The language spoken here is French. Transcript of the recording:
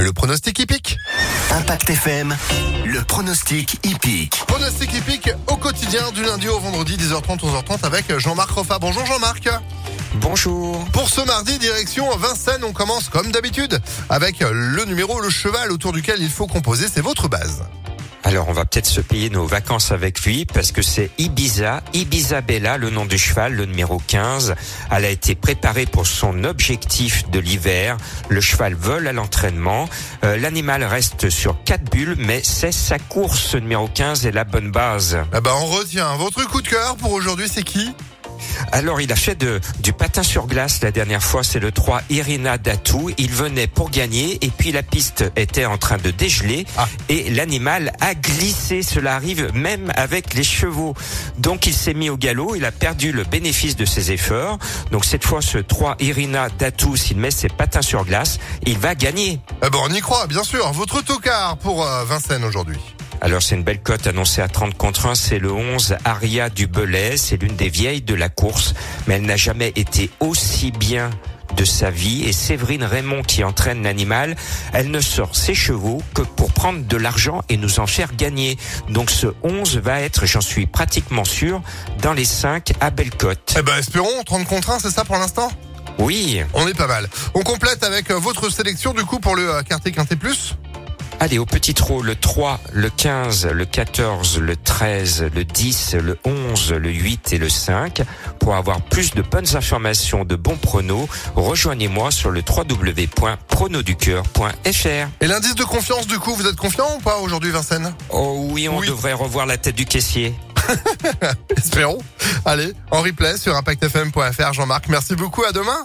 le pronostic hippique. Impact FM, le pronostic hippique. Pronostic hippique au quotidien du lundi au vendredi 10h30, 11h30 avec Jean-Marc Roffa. Bonjour Jean-Marc. Bonjour. Pour ce mardi, direction Vincennes, on commence comme d'habitude avec le numéro, le cheval autour duquel il faut composer, c'est votre base. Alors on va peut-être se payer nos vacances avec lui parce que c'est Ibiza Bella, le nom du cheval, le numéro 15. Elle a été préparée pour son objectif de l'hiver. Le cheval vole à l'entraînement. L'animal reste sur 4 bulles, mais c'est sa course, ce numéro 15 est la bonne base. On retient. Votre coup de cœur pour aujourd'hui, c'est qui ? Alors il a fait du patin sur glace la dernière fois, c'est le 3 Irina Datou. Il venait pour gagner et puis la piste était en train de dégeler et l'animal a glissé. Cela arrive même avec les chevaux. Donc il s'est mis au galop, il a perdu le bénéfice de ses efforts. Donc cette fois ce 3 Irina Datou, s'il met ses patins sur glace, il va gagner. On y croit, bien sûr. Votre tocard pour Vincennes aujourd'hui. Alors c'est une belle cote annoncée à 30 contre 1, c'est le 11 Aria du Belay, c'est l'une des vieilles de la course, mais elle n'a jamais été aussi bien de sa vie. Et Séverine Raymond qui entraîne l'animal, elle ne sort ses chevaux que pour prendre de l'argent et nous en faire gagner. Donc ce 11 va être, j'en suis pratiquement sûr, dans les 5 à belle cote. Espérons, 30 contre 1, c'est ça pour l'instant ? Oui. On est pas mal. On complète avec votre sélection du coup pour le quartier Quintet Plus. Allez, au petit trot, le 3, le 15, le 14, le 13, le 10, le 11, le 8 et le 5. Pour avoir plus de bonnes informations, de bons pronos, rejoignez-moi sur le www.pronoducœur.fr. Et l'indice de confiance, du coup, vous êtes confiant ou pas aujourd'hui, Vincennes ? Oh oui, on devrait revoir la tête du caissier. Espérons. Allez, en replay sur impactfm.fr. Jean-Marc, merci beaucoup, à demain.